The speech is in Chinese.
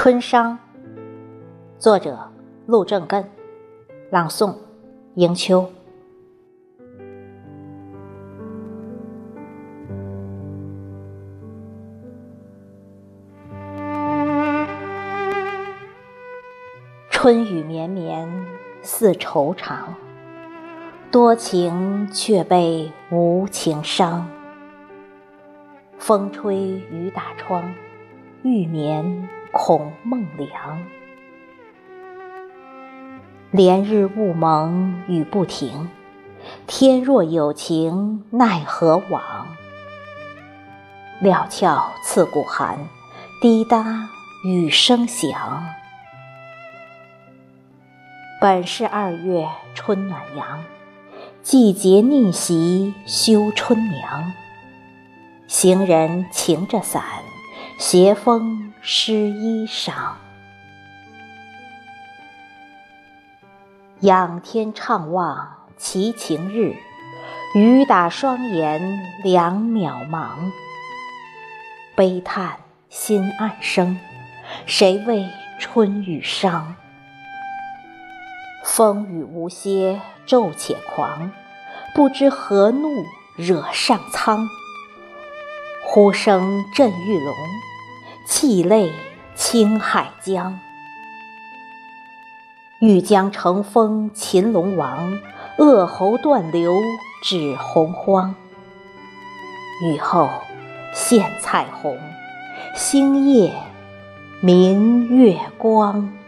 春殇，作者陆正根，朗诵迎秋。春雨绵绵似愁肠，多情却被无情伤。风吹雨打窗，欲眠恐梦凉。连日雾蒙雨不停，天若有情奈何往。料峭刺骨寒，滴答雨声响。本是2月春暖阳，季节逆袭休春娘。行人擎着伞，携风湿衣裳。仰天怅望其晴日，雨打双眼两渺茫。悲叹心暗生，谁为春雨伤？风雨无歇骤且狂，不知何怒惹上苍。呼声震玉龙，泣泪倾海江。欲将乘风擒龙王，扼喉断流指洪荒。雨后现彩虹，星夜明月光。